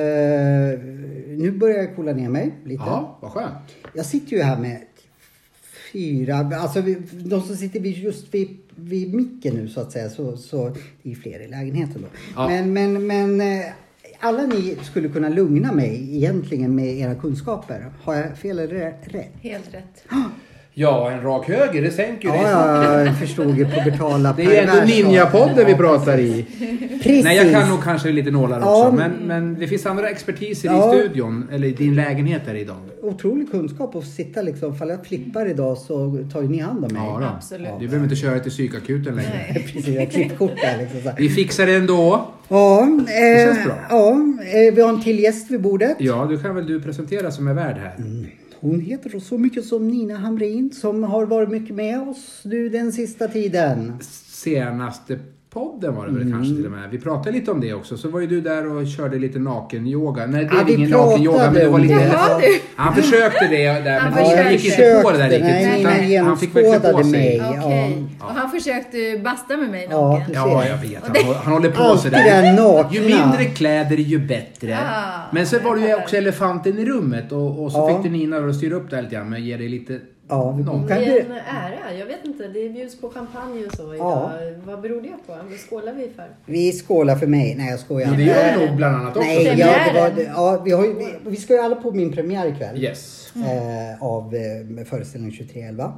Nu börjar jag kolla ner mig lite. Ja, vad skönt. Jag sitter ju här med 4, alltså de som sitter just vid micken nu så att säga, så det är fler i lägenheten då. Ja. Men alla ni skulle kunna lugna mig egentligen med era kunskaper. Har jag fel eller rätt? Helt rätt. Ja, en rak höger, det sänker ju det. Ja, jag förstod ju pubertala perversa. Det är ändå Ninja-podden vi pratar i. Precis. Nej, jag kan nog kanske lite nålar också. Men det finns andra expertiser i studion, eller i din lägenhet där idag. Otrolig kunskap att sitta liksom. Fall jag flippar idag så tar ju ni hand om mig. Ja, absolut. Du behöver inte köra till psykakuten längre. Nej, precis. Jag har klippkort där liksom. Vi fixar det ändå. Ja, det känns bra. Ja, vi har en till gäst vid bordet. Ja, du kan väl du presentera som är värd här. Hon heter så mycket som Nina Hamrin som har varit mycket med oss nu den sista tiden. Senaste podden var det väl kanske till och med. Vi pratade lite om det också. Så var ju du där och körde lite naken-yoga. Nej, det är ingen naken-yoga, men det var lite... Han försökte det där, men han gick inte på det där riktigt. Nej, han fick väl klä på sig. Okej. Och han försökte basta med mig naken. Ja, jag vet. Han håller på sig där. Ju mindre kläder, ju bättre. Men sen var det ju också elefanten i rummet. Och så fick du Nina att styra upp det lite grann. Men ge dig lite... Ja, det är en ära. Jag vet inte, det bjuds på champagne och så idag. Vad beror det på? Vad skålar vi för? Vi skålar för mig. Nej, jag skojar. Men det gör vi nog bland annat också. Nej, vi ska ju alla på min premiär ikväll. Yes. Av föreställningen 2311.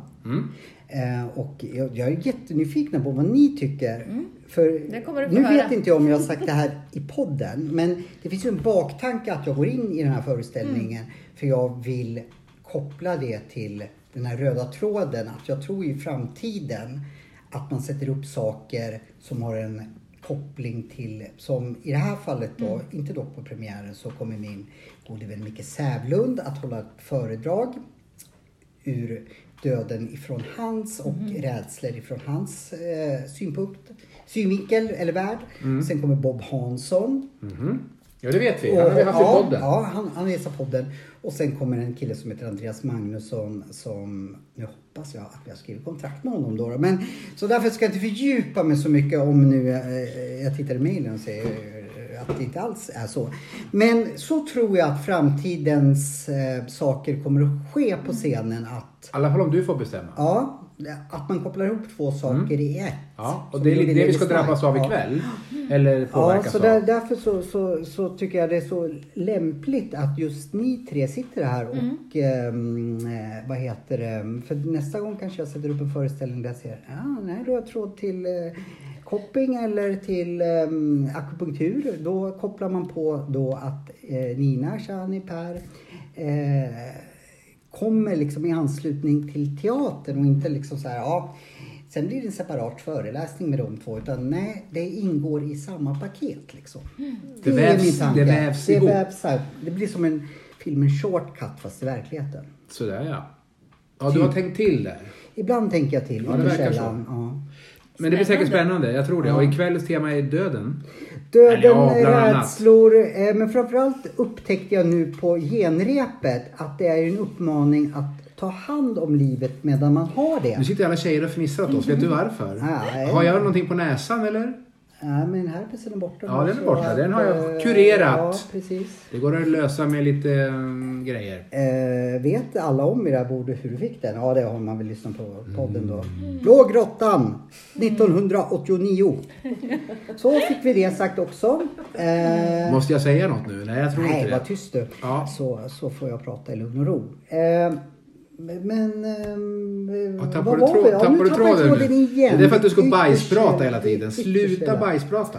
Och jag är jättenyfiken på vad ni tycker. För nu vet inte jag om jag har sagt det här i podden. Men det finns ju en baktanke att jag går in i den här föreställningen. För jag vill koppla det till den här röda tråden. Att jag tror i framtiden att man sätter upp saker som har en koppling till, som i det här fallet då, inte dock på premiären, så kommer min gode vän Micke Sävlund att hålla ett föredrag ur döden ifrån hans och rädslor ifrån hans synvinkel eller värld. Sen kommer Bob Hansson. Ja, det vet vi. Han har vi haft i podden. Ja, han läser podden. Och sen kommer en kille som heter Andreas Magnusson som, nu hoppas jag att jag skriver kontrakt med honom då. Men, så därför ska jag inte fördjupa mig så mycket om nu jag tittar i mejlen och säger att det inte alls är så. Men så tror jag att framtidens saker kommer att ske på scenen. Att, i alla fall om du får bestämma. Ja, att man kopplar ihop två saker i ett. Ja, och det är det vi ska drabbas av ikväll. Eller påverkas så därför så tycker jag det är så lämpligt att just ni tre sitter här och vad heter det? För nästa gång kanske jag sätter upp en föreställning där jag ser, röd tråd till shopping eller till akupunktur. Då kopplar man på då att Nina, Shani, Per kommer liksom i anslutning till teatern och inte liksom så här, ja, sen blir det en separat föreläsning med de två, utan nej, det ingår i samma paket liksom. Det vävs ihop. Det blir som en filmen Shortcut fast i verkligheten. Sådär ja. Ja, du har tänkt till där. Ibland tänker jag till. Ja, det verkar så. Ja. Men det blir säkert spännande, jag tror det. Och ikvälls tema är döden. Döden, rädslor. Men framförallt upptäckte jag nu på genrepet att det är en uppmaning att ta hand om livet medan man har det. Nu sitter alla tjejer och fnissar åt oss. Vet du varför? Har jag någonting på näsan eller? Nej, men herpesen är borta. Ja, den är borta. Den har jag kurerat. Ja, precis. Det går att lösa med lite grejer. Vet alla om i det här bordet hur du fick den? Ja, det har man väl lyssnat på podden då. Blå grottan 1989. Så fick vi det sagt också. Måste jag säga något nu? Nej, jag tror inte det. Nej, var tyst du. Ja. Så får jag prata i lugn och ro. Men tappar du tråden igen. Det är för att du ska bajsprata hela tiden. Sluta bajsprata.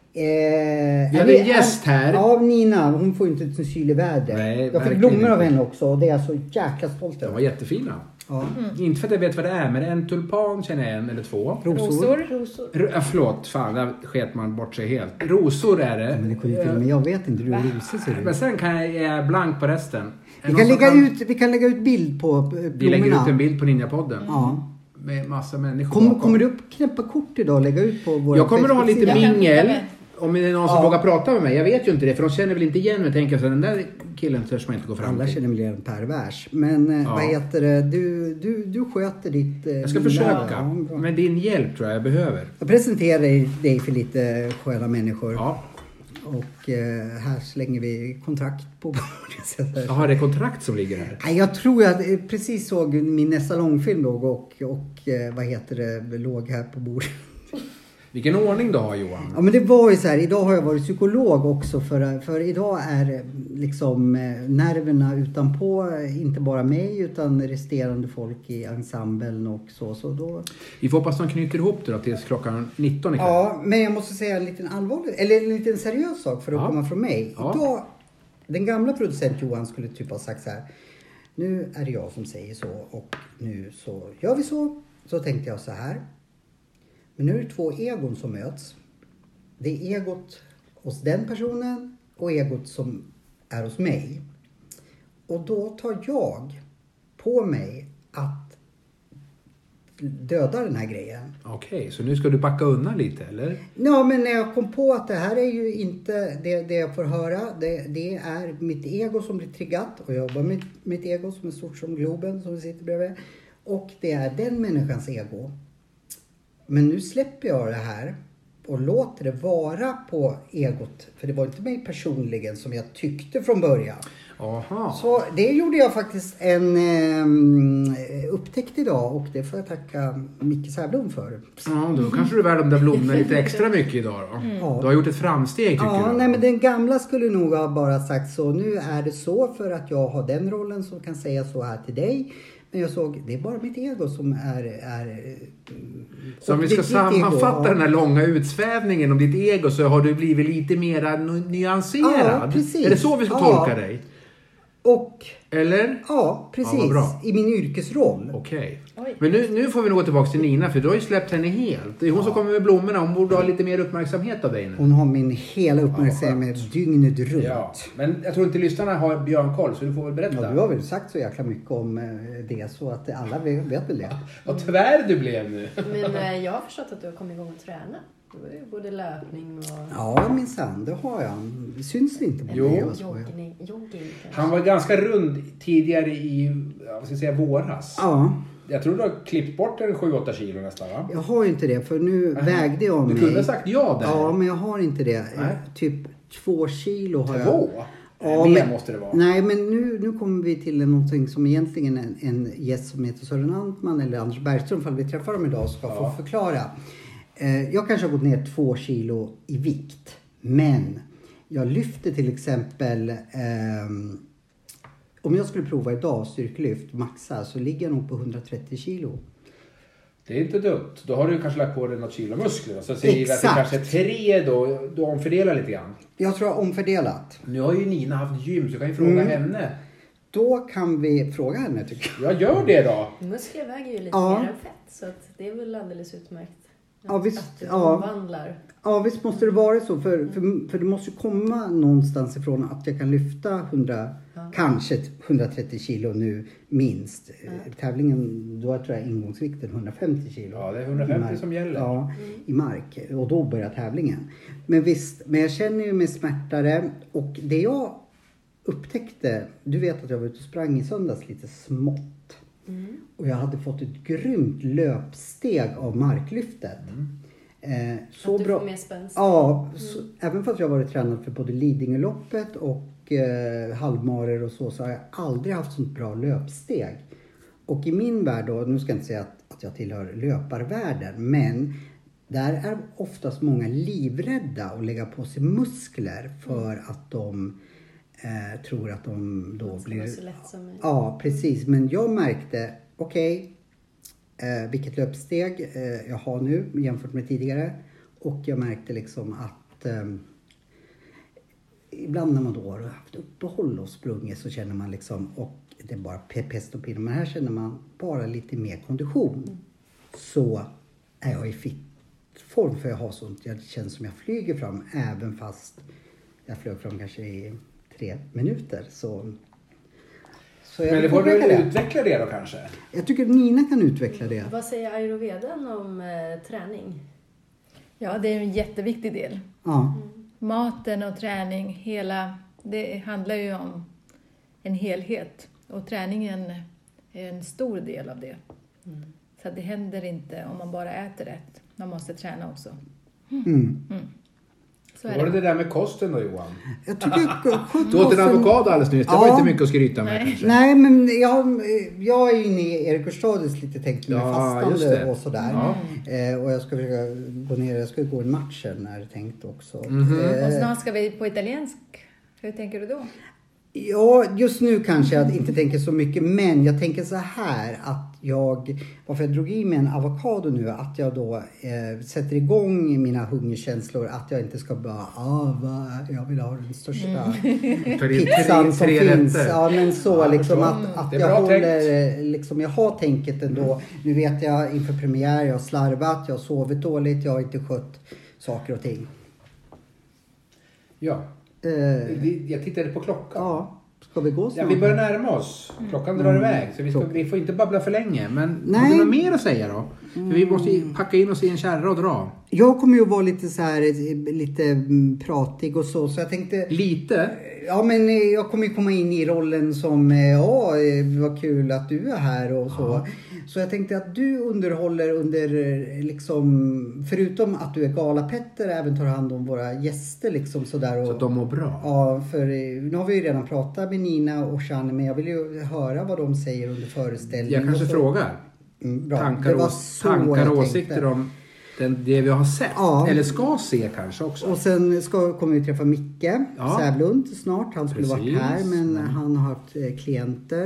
Vi hade en gäst här. Ja, Nina. Hon får inte ett syl i vädret. Nej, jag fick blommor av henne också. Och det är jag så jäkla stolt över. De var jättefina. Ja. Inte för att jag vet vad det är, men en tulpan känner jag en eller två. Rosor. Förlåt, fan, där sket man bort sig helt. Rosor är det. Men jag vet inte hur rosor ser ut. Men sen kan jag blank på resten. Vi kan lägga ut bild på blommorna. Vi lägger ut en bild på Ninjapodden. Ja. Med massa människor Kommer du upp knäppa kort idag och lägga ut på våra? Jag kommer att ha lite mingel. Om det är någon som vågar prata med mig. Jag vet ju inte det. För de känner väl inte igen mig. Tänker så den där killen törs man inte gå fram till. Alla känner väl igen pervers. Men vad heter det? Du sköter ditt... Jag ska försöka. Med din hjälp tror jag behöver. Jag presenterar dig för lite sköna människor. Ja. Och här slänger vi kontrakt på bordet. Jaha, det är kontrakt som ligger här? Nej, jag tror jag precis såg min nästa långfilm då och vad heter det, låg här på bordet. Vilken ordning du har, Johan? Ja, men det var ju så här, idag har jag varit psykolog också för idag är liksom nerverna utanpå, inte bara mig utan resterande folk i ensemblen och så då. Vi får hoppas de knyter ihop det då tills klockan 19 ikväll. Ja, men jag måste säga en liten allvarlig, eller en liten seriös sak för att komma från mig. Ja. Idag, den gamla producent Johan skulle typ ha sagt så här: nu är det jag som säger så och nu så gör vi så. Så tänkte jag så här. Men nu är det två egon som möts. Det är egot hos den personen och egot som är hos mig. Och då tar jag på mig att döda den här grejen. Okej, så nu ska du backa undan lite, eller? Ja, men när jag kom på att det här är ju inte det jag får höra. Det är mitt ego som blir triggat. Och jag jobbar med mitt ego som är stort som Globen som vi sitter bredvid. Och det är den människans ego. Men nu släpper jag det här och låter det vara på egot. För det var inte mig personligen som jag tyckte från början. Aha. Så det gjorde jag faktiskt en upptäckt idag och det får jag tacka Micke Särblom för. Ja, då kanske du värd de där blommorna lite extra mycket idag då. Ja. Du har gjort ett framsteg tycker jag. Ja, nej men den gamla skulle nog ha bara sagt så. Nu är det så för att jag har den rollen som kan säga så här till dig. Men jag såg, det är bara mitt ego som är så om vi ska sammanfatta den här långa utsvävningen om ditt ego så har du blivit lite mer nyanserad. Ja, precis. Är det så vi ska tolka dig? Och... Eller? Ja, precis. Ja, bra. I min yrkesroll. Okej. Men nu får vi nog gå tillbaka till Nina för du har ju släppt henne helt. Det är hon som kommer med blommorna. Hon borde ha lite mer uppmärksamhet av dig nu. Hon har min hela uppmärksamhet dygnet runt. Ja. Men jag tror inte lyssnarna har björnkoll så du får väl berätta. Ja, du har väl sagt så jäkla mycket om det så att alla vet väl det. Vad tvär du blev nu. Men jag har förstått att du har kommit igång och träna. Det är både löpning och... Ja, minsann, det har jag. Det syns det inte på mig. Jogging. Han var ganska rund tidigare i, vad ska jag säga, våras. Ja. Jag tror du har klippt bort en 7-8 kilo nästan, va? Jag har inte det, för nu vägde jag mig. Du kunde ha sagt ja där. Ja, men jag har inte det. Typ 2 kilo har jag. 2? Ja, mer måste det vara. Nej, men nu kommer vi till någonting som egentligen en gäst som heter Sören Antman eller Anders Bergström, ifall vi träffar dem idag, ska få förklara. Jag kanske har gått ner 2 kilo i vikt. Men jag lyfter till exempel... om jag skulle prova idag styrkelyft, maxa, så ligger jag nog på 130 kilo. Det är inte dumt. Då har du kanske lagt på dig något kilo muskler. Så säger vi att det kanske är 3 då. Du omfördelar lite grann. Jag tror jag har omfördelat. Nu har ju Nina haft gym så du kan ju fråga henne. Då kan vi fråga henne tycker jag. Ja, gör det då. Muskler väger ju lite mer än fett. Så att det är väl alldeles utmärkt. Ja, visst, att du omvandlar. Ja, visst måste det vara så. För det måste komma någonstans ifrån att jag kan lyfta kanske 130 kilo nu minst. Tävlingen, då tror jag ingångsvikten 150 kilo. Ja, det är 150 som gäller. Ja, i mark. Och då börjar tävlingen. Men visst, men jag känner ju mig smärtare. Och det jag upptäckte, du vet att jag var ute och sprang i söndags lite smått. Och jag hade fått ett grymt löpsteg av marklyftet. Så att du bra. får mer spänst. Ja, även fast jag har varit tränad för både Lidingöloppet och halvmarer och så har jag aldrig haft sånt bra löpsteg. Och i min värld då, nu ska jag inte säga att jag tillhör löparvärlden, men där är oftast många livrädda att lägga på sig muskler för att de tror att de då blir... Så lätt som möjligt. Ja, precis. Men jag märkte, vilket löpsteg jag har nu jämfört med tidigare. Och jag märkte liksom att ibland när man då har haft uppehåll och sprungit så känner man liksom, och det är bara pest och pinne, men här känner man bara lite mer kondition. Så är jag i fit form för jag har sånt. Jag känner som jag flyger fram även fast jag flög fram kanske i 3 minuter. Så men det får du utveckla det då kanske? Jag tycker Nina kan utveckla det. Vad säger ayurvedan om träning? Ja, det är en jätteviktig del. Ja. Maten och träning, det handlar ju om en helhet. Och träningen är en stor del av det. Så det händer inte om man bara äter rätt. Man måste träna också. Så var det där med kosten då, Johan? Jag tycker du åt en avokado alldeles nyss. Det var inte mycket att skryta med kanske. Nej, men jag är inne i Erik Hurstadis lite tänkt med fastande och sådär. Och jag ska försöka gå ner. Jag ska gå en match när tänkt också. Och snart ska vi på italiensk. Hur tänker du då? Ja, just nu kanske jag inte tänker så mycket, men jag tänker så här att varför jag drog i mig en avokado nu, att jag då sätter igång mina hungerkänslor, att jag inte ska bara, jag vill ha den största pizzan som finns. Ja, men så liksom att jag håller, liksom jag har tänket ändå. Nu vet jag inför premiär, jag har slarvat, jag har sovit dåligt, jag har inte skött saker och ting. Ja. Jag tittade på klockan. Ja, ska vi gå snart? Ja, vi börjar närma oss. Klockan drar iväg. Så vi får inte babbla för länge. Men har du något mer att säga då? För vi måste packa in oss i en kärra och dra. Jag kommer ju vara lite så här, lite pratig och så jag tänkte... Lite? Ja, men jag kommer ju komma in i rollen som, vad kul att du är här och så. Ja. Så jag tänkte att du underhåller under, liksom, förutom att du är galapetter, även tar hand om våra gäster liksom sådär. Och, så att de mår bra? Ja, för nu har vi ju redan pratat med Nina och Shani, men jag vill ju höra vad de säger under föreställningen. Jag kanske frågar. Tankar och åsikter om det vi har sett. Ja. Eller ska se kanske också. Och sen kommer vi träffa Micke Sävlund snart. Han skulle varit här, men han har haft klienter.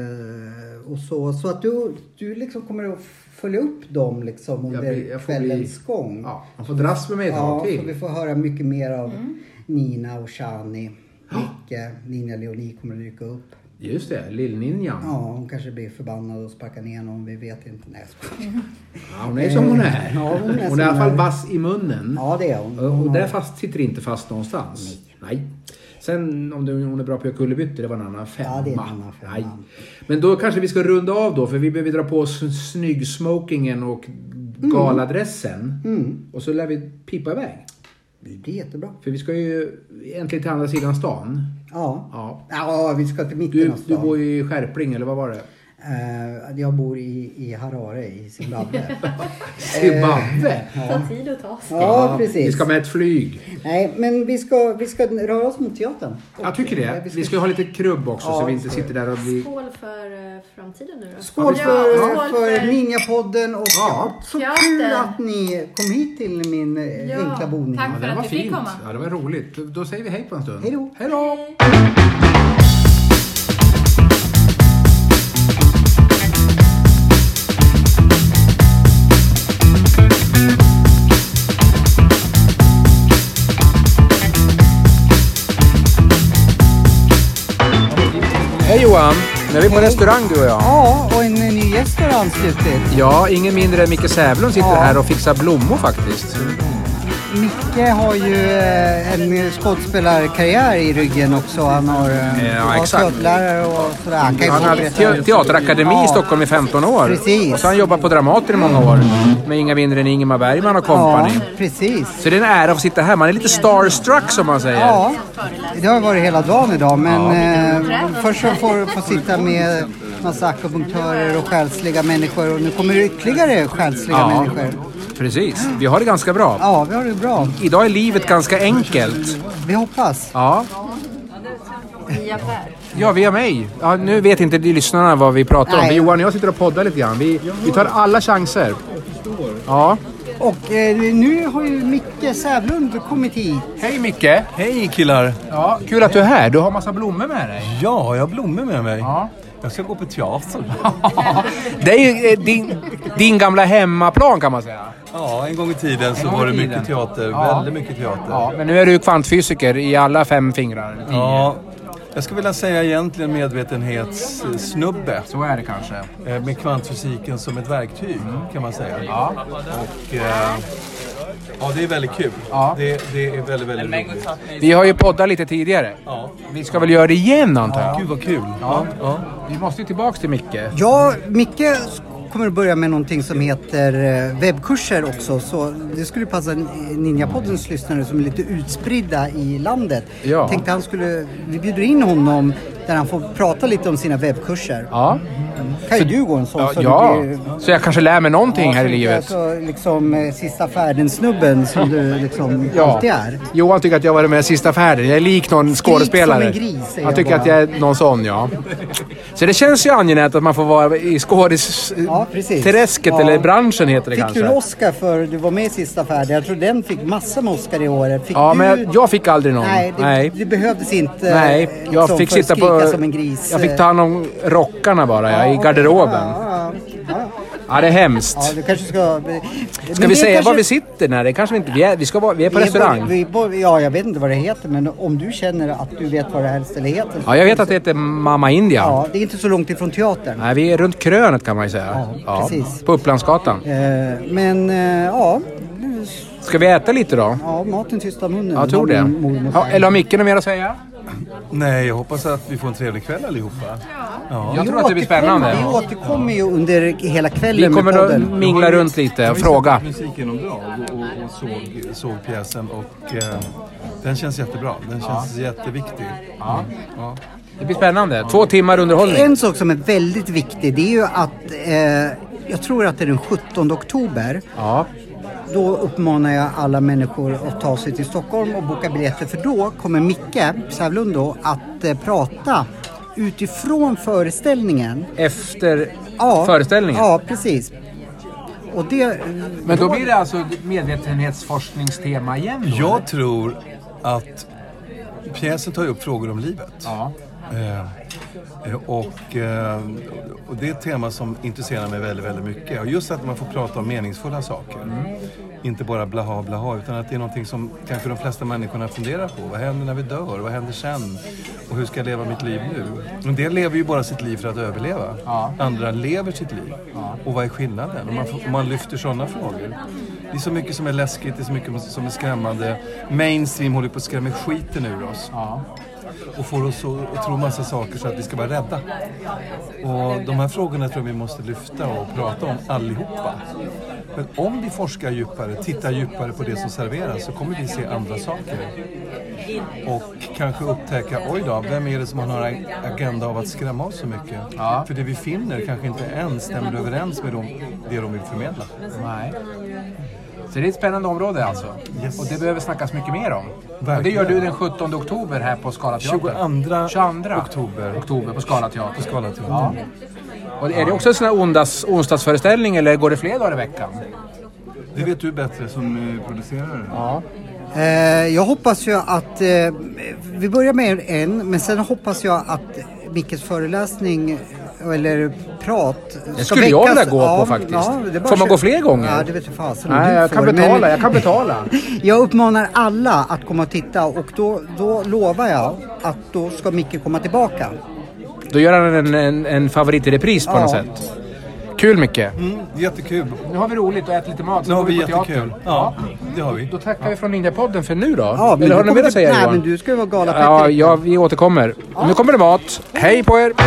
Och så att du liksom kommer att följa upp dem liksom under kvällens gång. Ja, man får dras med mig ett tag till. Ja, så vi får höra mycket mer av Nina och Shani. Micke, Ninja Leonie kommer att dyka upp. Just det, Lill-Ninjan. Ja, hon kanske blir förbannad och sparkar ner någon, vi vet inte. Nej, ja, hon är som hon är. Ja, hon är i alla fall vass i munnen. Ja, det är hon. Och där sitter inte fast någonstans. Nej. Sen om hon är bra på kullerbyttor, det var en annan femma. Ja, det är en annan femma. Nej. Men då kanske vi ska runda av då, för vi behöver dra på snyggsmokingen och galadressen. Och så lär vi pipa iväg. Det blir jättebra. För vi ska ju egentligen till andra sidan stan. Ja, vi ska till mitten av stan. Du bor i Skärpling, eller vad var det? Jag bor i Harare i Zimbabwe. Zimbabwe? Ta tid att ta sig. Ja, precis. Vi ska med ett flyg. Nej, men vi ska röra oss mot teatern. Jag tycker det. Vi ska ha lite krubb också, så vi inte sitter där och blir... Skål för framtiden nu då. Skål för Ninjapodden och så kul att ni kom hit till min enkla boning. Tack för att du fick komma. Ja, det var roligt. Då säger vi hej på en stund. Hej då. Hej då. Nu är vi på restaurang du och jag. Ja, och en ny gäst har anslutit. Ja, ingen mindre än Micke Sävlund sitter här och fixar blommor faktiskt. Micke har ju en skådespelarkarriär i ryggen också. Han har teaterlärare och sådär. Han har teaterakademi i Stockholm i 15 år. Precis. Och så har han jobbat på Dramaten i många år. Med inga mindre än Ingemar Bergman och company. Ja, precis. Så det är en ära att få sitta här. Man är lite starstruck som man säger. Ja, det har varit hela dagen idag. Men först så får sitta med massa akupunktörer och själsliga människor. Och nu kommer det ytterligare själsliga människor. Precis, vi har det ganska bra. Ja, vi har det bra. Idag är livet ganska enkelt. Vi hoppas. Ja. Via Per. Ja, via mig. Ja, nu vet inte de lyssnarna vad vi pratar om. Johan och jag sitter och poddar lite grann. Vi tar alla chanser. Ja. Och nu har ju Micke Sävlund kommit hit. Hej Micke. Hej killar. Ja, kul att du är här. Du har massa blommor med dig. Ja, jag har blommor med mig. Ja. Jag ska gå på teater. Det är ju din gamla hemmaplan kan man säga. Ja, en gång i tiden så var det mycket teater. Ja. Väldigt mycket teater. Ja, men nu är du kvantfysiker i alla 5 fingrar. 10. Ja, jag skulle vilja säga egentligen medvetenhetssnubbe. Så är det kanske. Med kvantfysiken som ett verktyg kan man säga. Ja. Och ja, det är väldigt kul. Ja. Det är väldigt, väldigt roligt. Vi har ju poddat lite tidigare. Ja. Vi ska väl göra det igen antar jag. Gud vad kul. Ja. Ja. Vi måste ju tillbaka till Micke. Ja, Micke kommer att börja med någonting som heter webbkurser också. Så det skulle passa Ninjapoddens lyssnare som är lite utspridda i landet. Ja. Tänkte vi bjuder in honom där han får prata lite om sina webbkurser. Ja. Kan ju du gå en sån? Ja, så jag kanske lär mig någonting här i livet. Så liksom sista färden-snubben som du liksom alltid är. Johan tycker att jag var med sista färden. Jag är lik någon skådespelare. Som en gris, säger Han tycker jag att jag är någon sån, ja. Så det känns ju angenämt att man får vara i skådis-träsket eller branschen heter det fick kanske. Fick du en Oscar för du var med i sista färden? Jag tror den fick massor med Oscar i år. Men jag fick aldrig någon. Nej, det behövdes inte. Nej, jag fick sitta på som en gris. Jag fick ta hand om rockarna bara, i garderoben. Ja, det är hemskt. Ja, du kanske ska... Ska vi säga var vi sitter? Nej, det kanske vi inte. Vi är på restaurang. Ja, jag vet inte vad det heter, men om du känner att du vet vad det här stället heter. Ja, jag vet att det heter Mamma India. Ja, det är inte så långt ifrån teatern. Nej, vi är runt krönet kan man ju säga. Ja, precis. På Upplandsgatan. Ja... Ska vi äta lite då? Ja, maten tystar munnen. Jag tror det. Eller har Micke något mer att säga? Nej, jag hoppas att vi får en trevlig kväll allihopa. Ja. Jag tror att det blir spännande. Vi återkommer ju under hela kvällen. Vi kommer att mingla runt lite och fråga. Musikgenomdrag och såg pjäsen och den känns jättebra. Den känns jätteviktig. Ja. Det blir spännande. 2 timmar underhållning. En sak som är väldigt viktig, det är ju att jag tror att det är den 17 oktober. Ja. Då uppmanar jag alla människor att ta sig till Stockholm och boka biljetter. För då kommer Micke Sävlund då att prata utifrån föreställningen. Efter föreställningen? Ja, precis. Och det, men då blir det alltså medvetenhetsforskningstema igen då? Jag tror att pjäsen tar upp frågor om livet. Ja. Och det är ett tema som intresserar mig väldigt, väldigt mycket. Och just att man får prata om meningsfulla saker. Inte bara blaha, utan att det är någonting som kanske de flesta människorna funderar på. Vad händer när vi dör? Vad händer sen? Och hur ska jag leva mitt liv nu? En del lever ju bara sitt liv för att överleva. Ja. Andra lever sitt liv. Ja. Och vad är skillnaden? Om man lyfter sådana frågor. Det är så mycket som är läskigt, det är så mycket som är skrämmande. Mainstream håller på att skrämma skiten ur oss. Ja. Och får oss att tro massa saker så att vi ska vara rädda. Och de här frågorna tror jag vi måste lyfta och prata om allihopa. Men om vi forskar djupare, tittar djupare på det som serveras så kommer vi se andra saker. Och kanske upptäcka, oj då, vem är det som har en agenda av att skrämma oss så mycket? Ja. För det vi finner kanske inte ens stämmer överens med det de vill förmedla. Nej. Så det är ett spännande område alltså. Yes. Och det behöver snackas mycket mer om. Verkligen. Och det gör du den 17 oktober här på Skala Teater. 22 oktober på Skala Teater. På Skala Teater. Ja. Och är det också en sån här onsdagsföreställning eller går det fler dagar i veckan? Det vet du bättre som producerare. Ja. Jag hoppas ju att vi börjar med en, men sen hoppas jag att Mickes föreläsning eller prat det skulle jag vilja gå på faktiskt. Ja, får man gå fler gånger? Ja, det vet jag fasen. Nej, jag kan betala. Jag uppmanar alla att komma och titta och då lovar jag att då ska Micke komma tillbaka. Då gör han en favorit i repris på något sätt. Kul mycket. Jättekul. Nu har vi roligt och ätit lite mat. Nu har vi jättekul. Ja, det har vi. Då tackar vi från Ninjapodden för nu då. Ja, Eller har du mer att säga, nej, Johan? men du ska ju vara galapetter. Ja, vi återkommer. Nu kommer det mat. Hej på er!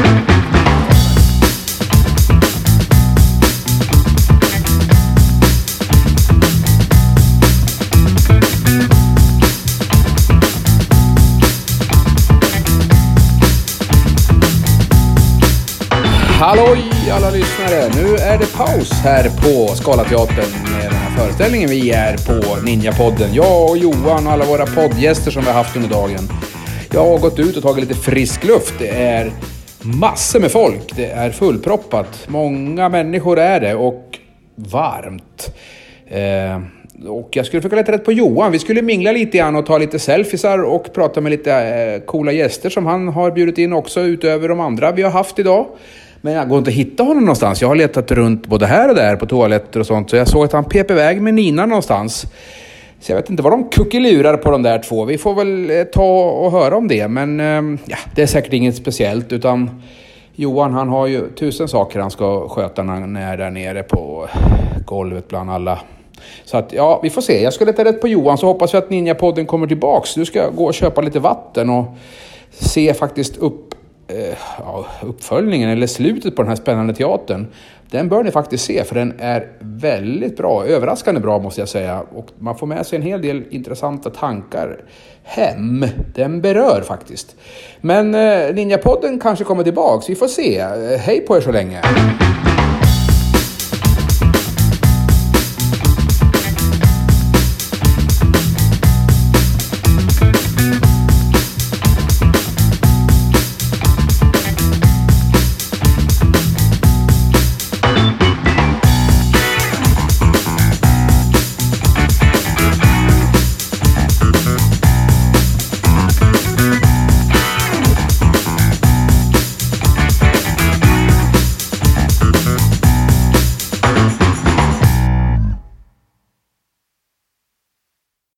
Halloj alla lyssnare! Nu är det paus här på Scalateatern med den här föreställningen. Vi är på Ninjapodden. Jag och Johan och alla våra poddgäster som vi har haft under dagen. Jag har gått ut och tagit lite frisk luft. Det är massor med folk. Det är fullproppat. Många människor är det och varmt. Och jag skulle försöka leta rätt på Johan. Vi skulle mingla lite grann och ta lite selfiesar och prata med lite coola gäster som han har bjudit in också utöver de andra vi har haft idag. Men jag går inte att hitta honom någonstans. Jag har letat runt både här och där på toaletter och sånt. Så jag såg att han pep iväg med Nina någonstans. Så jag vet inte vad de kuckelurar på de där två. Vi får väl ta och höra om det. Men ja, det är säkert inget speciellt. Utan Johan, han har ju 1000 saker han ska sköta när han är där nere på golvet bland alla. Så att ja, vi får se. Jag ska leta rätt på Johan så hoppas jag att Ninjapodden kommer tillbaks. Du ska gå och köpa lite vatten och se faktiskt uppföljningen eller slutet på den här spännande teatern. Den bör ni faktiskt se för den är väldigt bra, överraskande bra måste jag säga. Och man får med sig en hel del intressanta tankar hem. Den berör faktiskt. Men Ninjapodden kanske kommer tillbaks, vi får se. Hej på er så länge!